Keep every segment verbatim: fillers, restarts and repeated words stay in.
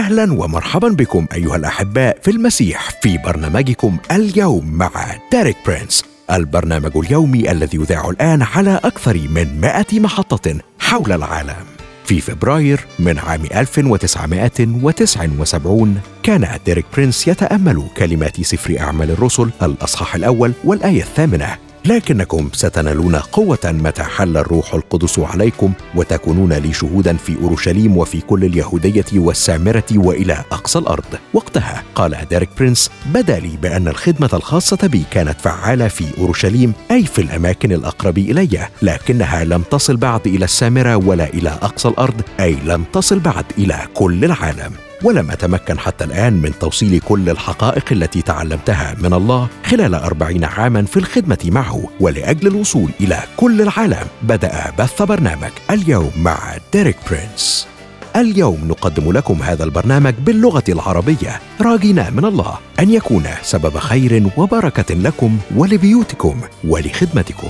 أهلاً ومرحباً بكم أيها الأحباء في المسيح في برنامجكم اليوم مع ديريك برينس، البرنامج اليومي الذي يذاع الآن على أكثر من مائة محطة حول العالم. في فبراير من عام ألف وتسعمائة وتسعة وسبعين كان ديريك برينس يتأمل كلمات سفر أعمال الرسل الأصحاح الأول والآية الثامنة: لكنكم ستنالون قوة متى حل الروح القدس عليكم وتكونون لي شهودا في أورشليم وفي كل اليهودية والسامرة وإلى أقصى الأرض. وقتها قال ديريك برينس: بدا لي بأن الخدمة الخاصة بي كانت فعالة في أورشليم، أي في الأماكن الأقرب إلي، لكنها لم تصل بعد إلى السامرة ولا إلى أقصى الأرض، أي لم تصل بعد إلى كل العالم. ولم أتمكن حتى الآن من توصيل كل الحقائق التي تعلمتها من الله خلال أربعين عاماً في الخدمة معه، ولأجل الوصول إلى كل العالم بدأ بث برنامج اليوم مع ديريك برينس. اليوم نقدم لكم هذا البرنامج باللغة العربية، راجين من الله أن يكون سبب خير وبركة لكم ولبيوتكم ولخدمتكم.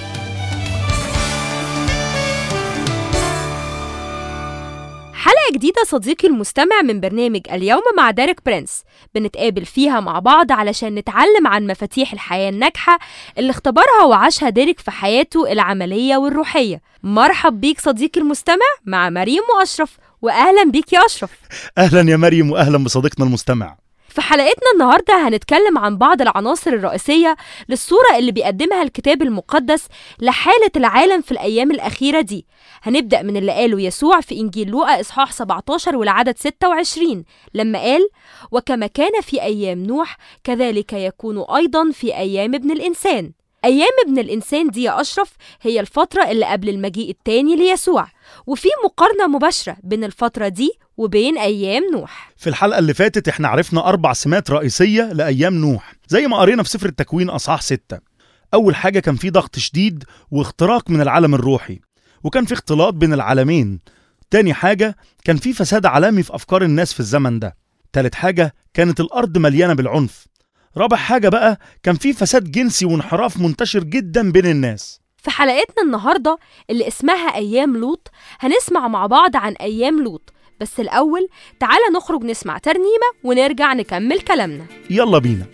حلقة جديدة صديقي المستمع من برنامج اليوم مع ديريك برينس، بنتقابل فيها مع بعض علشان نتعلم عن مفاتيح الحياة الناجحة اللي اختبرها وعاشها ديريك في حياته العملية والروحية. مرحب بيك صديقي المستمع مع مريم وأشرف، وأهلا بيك يا أشرف. أهلا يا مريم وأهلا بصديقنا المستمع. في حلقتنا النهاردة هنتكلم عن بعض العناصر الرئيسية للصورة اللي بيقدمها الكتاب المقدس لحالة العالم في الأيام الأخيرة دي. هنبدأ من اللي قاله يسوع في إنجيل لوقا إصحاح سبعة عشر والعدد ستة وعشرين لما قال: وكما كان في أيام نوح كذلك يكون أيضا في أيام ابن الإنسان. أيام ابن الإنسان دي يا أشرف هي الفترة اللي قبل المجيء التاني ليسوع، وفي مقارنة مباشرة بين الفترة دي وبين أيام نوح. في الحلقة اللي فاتت احنا عرفنا أربع سمات رئيسية لأيام نوح زي ما قرينا في سفر التكوين أصحاح ستة. أول حاجة كان في ضغط شديد واختراق من العالم الروحي، وكان في اختلاط بين العالمين. تاني حاجة كان في فساد عالمي في أفكار الناس في الزمن ده. تالت حاجة كانت الأرض مليانة بالعنف. رابع حاجة بقى كان في فساد جنسي وانحراف منتشر جدا بين الناس. في حلقتنا النهاردة اللي اسمها أيام لوط هنسمع مع بعض عن أيام لوط، بس الأول تعالى نخرج نسمع ترنيمة ونرجع نكمل كلامنا. يلا بينا.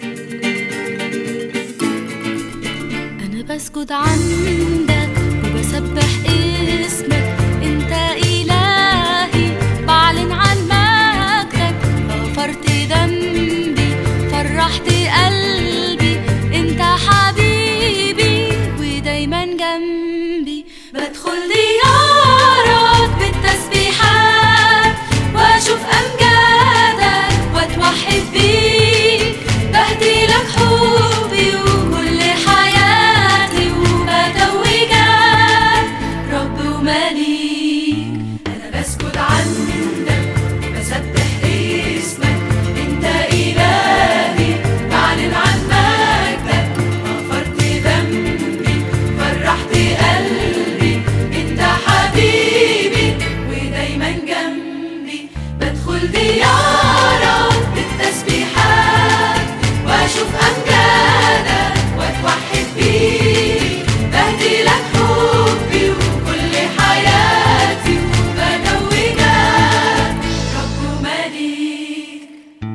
أنا بسجد عندك وبسبح اسمك، أنت إلهي، بعلن عن مجدك، غفرت ذنبي، فرحت قلبي، أنت حبيبي ودايما جنبي. بدخل ديارك بالتسبيحات واشوف امجادك واتوحد بيك، بهدي لك حبي وكل حياتي وبتوجك رب ومليك. انا بسجد عندك وبسبح اسمك، انت الهي، بعلن عن مجدك، غفرت ذنبي، فرحت قلبي، انت حبيبي ودايما جنبي. بدخل ديارك بالتسبيحات واشوف امجادك واتوحد بيك، بهدي لك حبي وكل حياتي وبتوجك رب ومليك.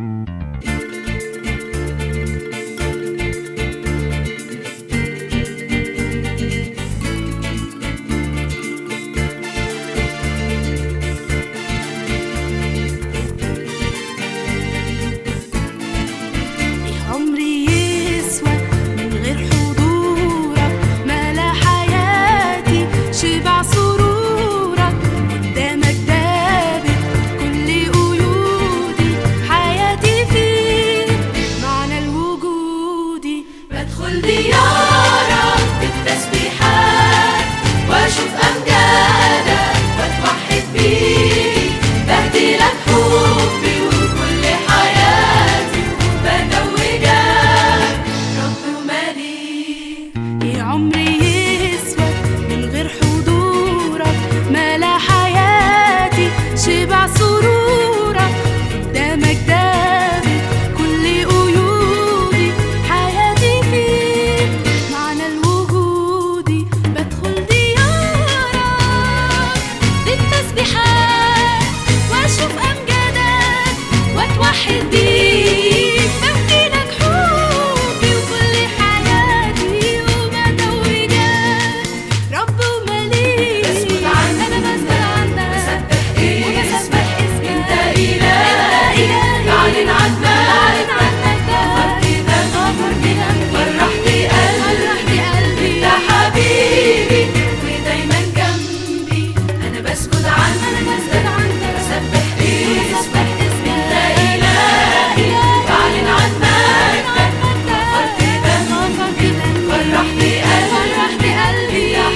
عمري يسوى من غير حضورك، ملا حياتي شبع سرورك، قدامك دابت كل قيودي، حياتي فيك معنى الوجودي. بدخل ديارك بالتسبيحات واشوف امجادك واتوحد بيك، بهدي لك حبي وكل حياتي وبتوجك رب ومليك. يا عمري يسوى من غير حضورك، ملا حياتي شبع سرورك، قدامك دابت كل قيودي، حياتي فيك معنى الوجودي. بدخل ديارك بالتسبيحات واشوف امجادك أسجد عنك أسبح اسمك أنت إلهي أعلن عن مجدك غفرت ذنبي فرحت قلبي يا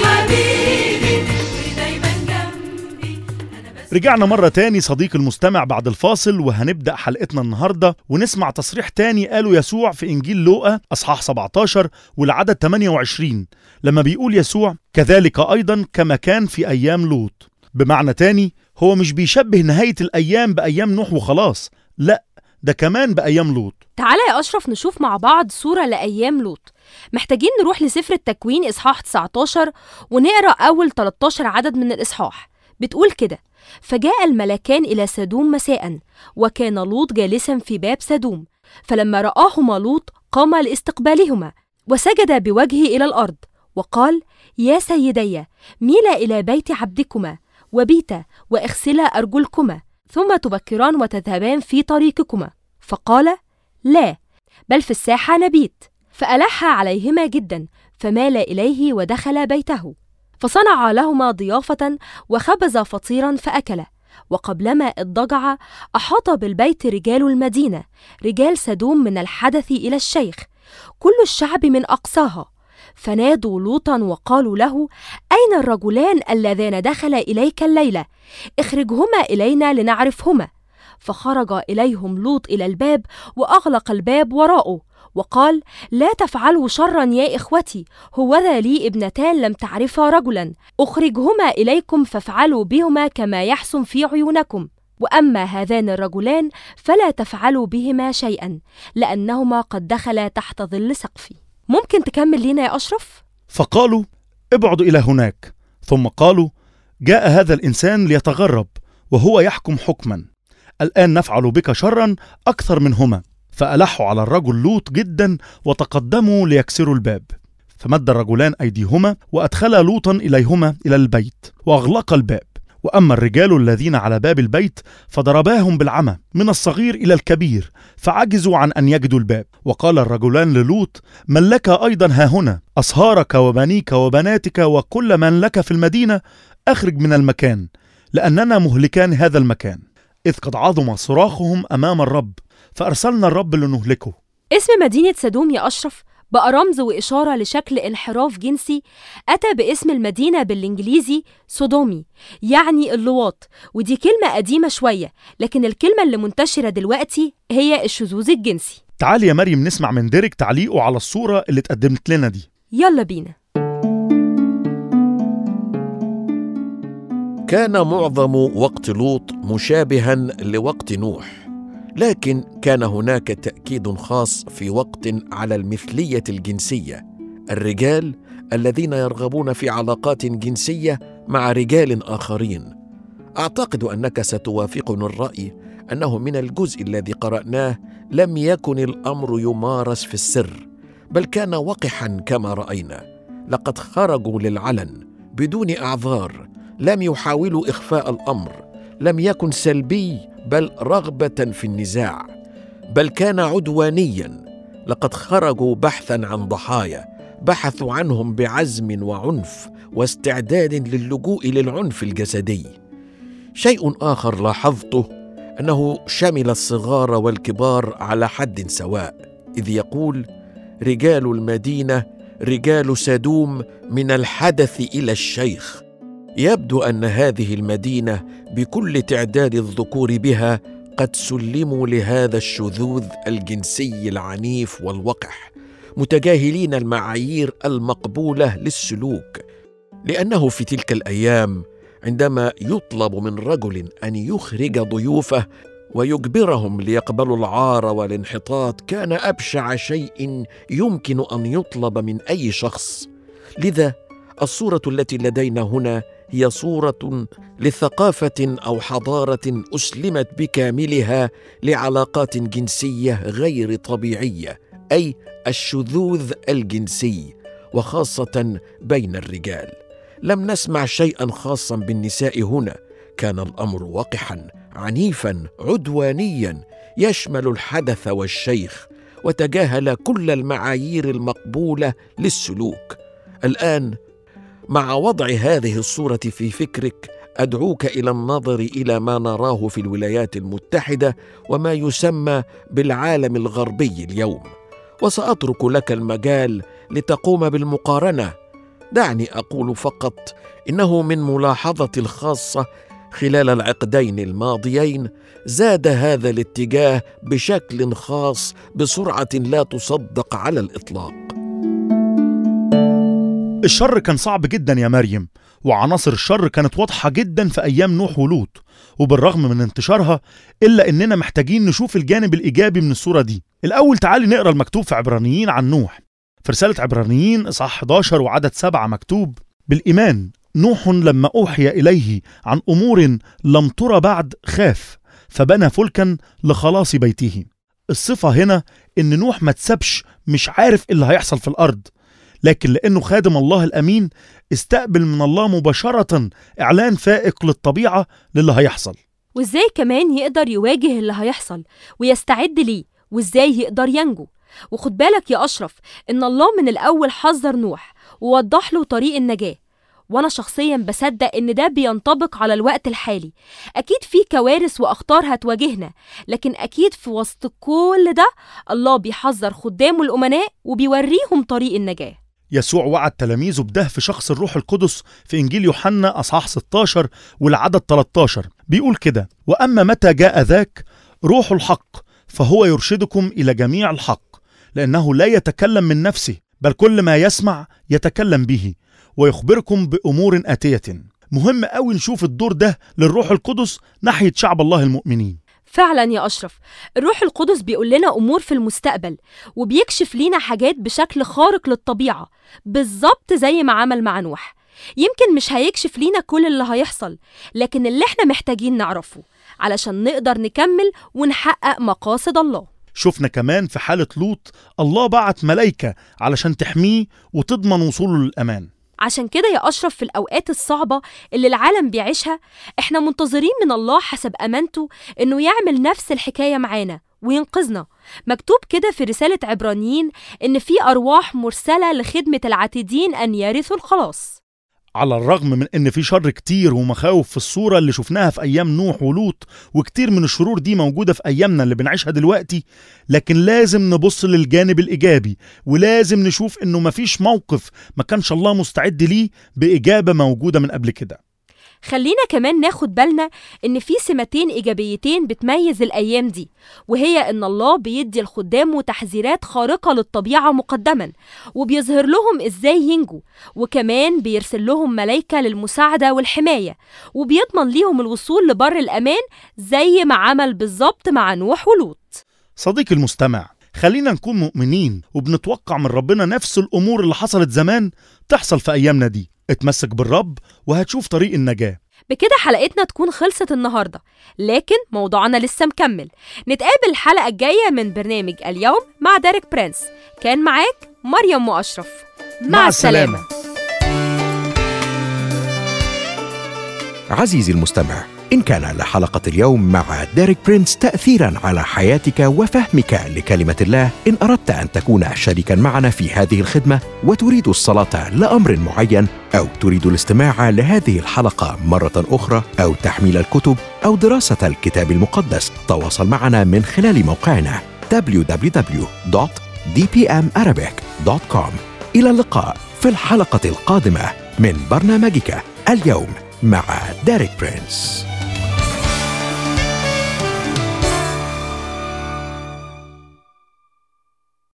حبيبي ودايما جنبي. رجعنا مرة تاني صديق المستمع بعد الفاصل، وهنبدأ حلقتنا النهاردة ونسمع تصريح تاني قاله يسوع في إنجيل لوقا أصحاح سبعة عشر والعدد ثمانية وعشرين، لما بيقول يسوع كذلك أيضا كما كان في أيام لوط. بمعنى تاني هو مش بيشبه نهاية الأيام بأيام نوح وخلاص، لا ده كمان بأيام لوط. تعالى يا أشرف نشوف مع بعض صورة لأيام لوط. محتاجين نروح لسفر التكوين إصحاح تسعة عشر ونقرأ أول ثلاثة عشر عدد من الإصحاح. بتقول كده: فجاء الملكان إلى سدوم مساء، وكان لوط جالسا في باب سدوم، فلما رآهما لوط قام لاستقبالهما وسجد بوجهه إلى الأرض وقال: يا سيدي، ميلا إلى بيت عبدكما وبيتا واغسلا أرجلكما، ثم تبكران وتذهبان في طريقكما. فقال: لا، بل في الساحة نبيت. فألح عليهما جدا، فمال إليه ودخل بيته، فصنع لهما ضيافة وخبز فطيرا فأكل. وقبلما اضطجع أحاط بالبيت رجال المدينة، رجال سدوم من الحدث إلى الشيخ، كل الشعب من أقصاها، فنادوا لوطا وقالوا له: أين الرجلان اللذان دخلا إليك الليلة؟ اخرجهما إلينا لنعرفهما. فخرج إليهم لوط إلى الباب وأغلق الباب وراءه وقال: لا تفعلوا شرا يا إخوتي، هوذا لي ابنتان لم تعرفا رجلا، أخرجهما إليكم فافعلوا بهما كما يحسن في عيونكم، وأما هذان الرجلان فلا تفعلوا بهما شيئا، لأنهما قد دخلا تحت ظل سقفي. ممكن تكمل لنا يا أشرف؟ فقالوا: ابعدوا إلى هناك. ثم قالوا: جاء هذا الإنسان ليتغرب وهو يحكم حكما، الآن نفعل بك شرا أكثر منهما. فألحوا على الرجل لوط جدا وتقدموا ليكسروا الباب، فمد الرجلان أيديهما وأدخلا لوطا إليهما إلى البيت وأغلق الباب. وأما الرجال الذين على باب البيت فضرباهم بالعمى من الصغير إلى الكبير، فعجزوا عن أن يجدوا الباب. وقال الرجلان للوط: من لك أيضا ها هنا؟ أصهارك وبنيك وبناتك وكل من لك في المدينة أخرج من المكان، لأننا مهلكان هذا المكان، إذ قد عظم صراخهم أمام الرب، فأرسلنا الرب لنهلكه. اسم مدينة سدوم يا أشرف بقى رمز وإشارة لشكل انحراف جنسي أتى باسم المدينة بالإنجليزي سودومي، يعني اللواط، ودي كلمة قديمة شوية، لكن الكلمة اللي منتشرة دلوقتي هي الشذوذ الجنسي. تعالي يا مريم نسمع من ديريك تعليقه على الصورة اللي اتقدمت لنا دي. يلا بينا. كان معظم وقت لوط مشابها لوقت نوح، لكن كان هناك تأكيد خاص في وقت على المثلية الجنسية، الرجال الذين يرغبون في علاقات جنسية مع رجال آخرين. أعتقد أنك ستوافقني الرأي أنه من الجزء الذي قرأناه لم يكن الأمر يمارس في السر، بل كان وقحا كما رأينا. لقد خرجوا للعلن بدون أعذار، لم يحاولوا إخفاء الأمر، لم يكن سلبي بل رغبة في النزاع، بل كان عدوانيا. لقد خرجوا بحثا عن ضحايا، بحثوا عنهم بعزم وعنف واستعداد للجوء للعنف الجسدي. شيء آخر لاحظته أنه شمل الصغار والكبار على حد سواء، إذ يقول: رجال المدينة رجال سدوم من الحدث إلى الشيخ. يبدو أن هذه المدينة بكل تعداد الذكور بها قد سلموا لهذا الشذوذ الجنسي العنيف والوقح، متجاهلين المعايير المقبولة للسلوك، لأنه في تلك الأيام عندما يطلب من رجل أن يخرج ضيوفه ويجبرهم ليقبلوا العار والانحطاط كان أبشع شيء يمكن أن يطلب من أي شخص. لذا الصورة التي لدينا هنا هي صورة لثقافة أو حضارة أسلمت بكاملها لعلاقات جنسية غير طبيعية، أي الشذوذ الجنسي، وخاصة بين الرجال. لم نسمع شيئا خاصا بالنساء هنا، كان الأمر وقحا عنيفا عدوانيا يشمل الحدث والشيخ، وتجاهل كل المعايير المقبولة للسلوك. الآن مع وضع هذه الصورة في فكرك أدعوك إلى النظر إلى ما نراه في الولايات المتحدة وما يسمى بالعالم الغربي اليوم، وسأترك لك المجال لتقوم بالمقارنة. دعني أقول فقط إنه من ملاحظتي الخاصة خلال العقدين الماضيين زاد هذا الاتجاه بشكل خاص بسرعة لا تصدق على الإطلاق. الشر كان صعب جدا يا مريم، وعناصر الشر كانت واضحة جدا في أيام نوح ولوط، وبالرغم من انتشارها إلا إننا محتاجين نشوف الجانب الإيجابي من الصورة دي. الأول تعالي نقرأ المكتوب في عبرانيين عن نوح. في رسالة عبرانيين إصحاح إحدى عشر وعدد سبعة مكتوب: بالإيمان نوح لما أوحي إليه عن أمور لم ترى بعد خاف فبنى فلكا لخلاص بيته. الصفة هنا إن نوح ما تسبش مش عارف إيه اللي هيحصل في الأرض، لكن لأنه خادم الله الأمين استقبل من الله مباشرة إعلان فائق للطبيعة للي هيحصل، وإزاي كمان يقدر يواجه اللي هيحصل ويستعد ليه، وإزاي يقدر ينجو. وخد بالك يا أشرف إن الله من الأول حذر نوح ووضح له طريق النجاة، وأنا شخصيا بصدق إن ده بينطبق على الوقت الحالي. أكيد في كوارث وأخطار هتواجهنا، لكن أكيد في وسط كل ده الله بيحذر خدامه الأمناء وبيوريهم طريق النجاة. يسوع وعد تلاميذه بده في شخص الروح القدس في إنجيل يوحنا أصحاح ستة عشر والعدد ثلاثة عشر، بيقول كده: وأما متى جاء ذاك روح الحق فهو يرشدكم إلى جميع الحق، لأنه لا يتكلم من نفسه بل كل ما يسمع يتكلم به ويخبركم بأمور آتية. مهم قوي نشوف الدور ده للروح القدس ناحية شعب الله المؤمنين. فعلا يا أشرف، الروح القدس بيقول لنا أمور في المستقبل وبيكشف لينا حاجات بشكل خارق للطبيعة، بالظبط زي ما عمل مع نوح. يمكن مش هيكشف لينا كل اللي هيحصل، لكن اللي احنا محتاجين نعرفه علشان نقدر نكمل ونحقق مقاصد الله. شفنا كمان في حالة لوط الله بعت ملايكة علشان تحميه وتضمن وصوله للأمان. عشان كده يا أشرف في الأوقات الصعبة اللي العالم بيعيشها احنا منتظرين من الله حسب أمانته إنه يعمل نفس الحكاية معانا وينقذنا. مكتوب كده في رسالة عبرانيين إن في أرواح مرسلة لخدمة العاتدين أن يرثوا الخلاص. على الرغم من ان في شر كتير ومخاوف في الصورة اللي شفناها في ايام نوح ولوط، وكتير من الشرور دي موجودة في ايامنا اللي بنعيشها دلوقتي، لكن لازم نبص للجانب الايجابي، ولازم نشوف انه مفيش موقف ما كانش الله مستعد ليه باجابة موجودة من قبل كده. خلينا كمان ناخد بالنا إن في سمتين إيجابيتين بتميز الأيام دي، وهي إن الله بيدي الخدام تحذيرات خارقة للطبيعة مقدما وبيظهر لهم إزاي ينجوا، وكمان بيرسل لهم ملايكة للمساعدة والحماية وبيضمن ليهم الوصول لبر الأمان زي ما عمل بالظبط مع نوح ولوط. صديقي المستمع، خلينا نكون مؤمنين وبنتوقع من ربنا نفس الأمور اللي حصلت زمان تحصل في أيامنا دي. اتمسك بالرب وهتشوف طريق النجاة. بكده حلقتنا تكون خلصت النهاردة، لكن موضوعنا لسه مكمل. نتقابل الحلقة الجاية من برنامج اليوم مع ديريك برينس. كان معاك مريم وأشرف. مع, مع السلامة. عزيزي المستمع، إن كان لحلقة اليوم مع ديريك برينس تأثيراً على حياتك وفهمك لكلمة الله، إن أردت أن تكون شريكاً معنا في هذه الخدمة وتريد الصلاة لأمر معين، أو تريد الاستماع لهذه الحلقة مرة أخرى، أو تحميل الكتب أو دراسة الكتاب المقدس، تواصل معنا من خلال موقعنا دبليو دبليو دبليو دوت دي بي إم أرابيك دوت كوم. إلى اللقاء في الحلقة القادمة من برنامجك اليوم مع ديريك برينس.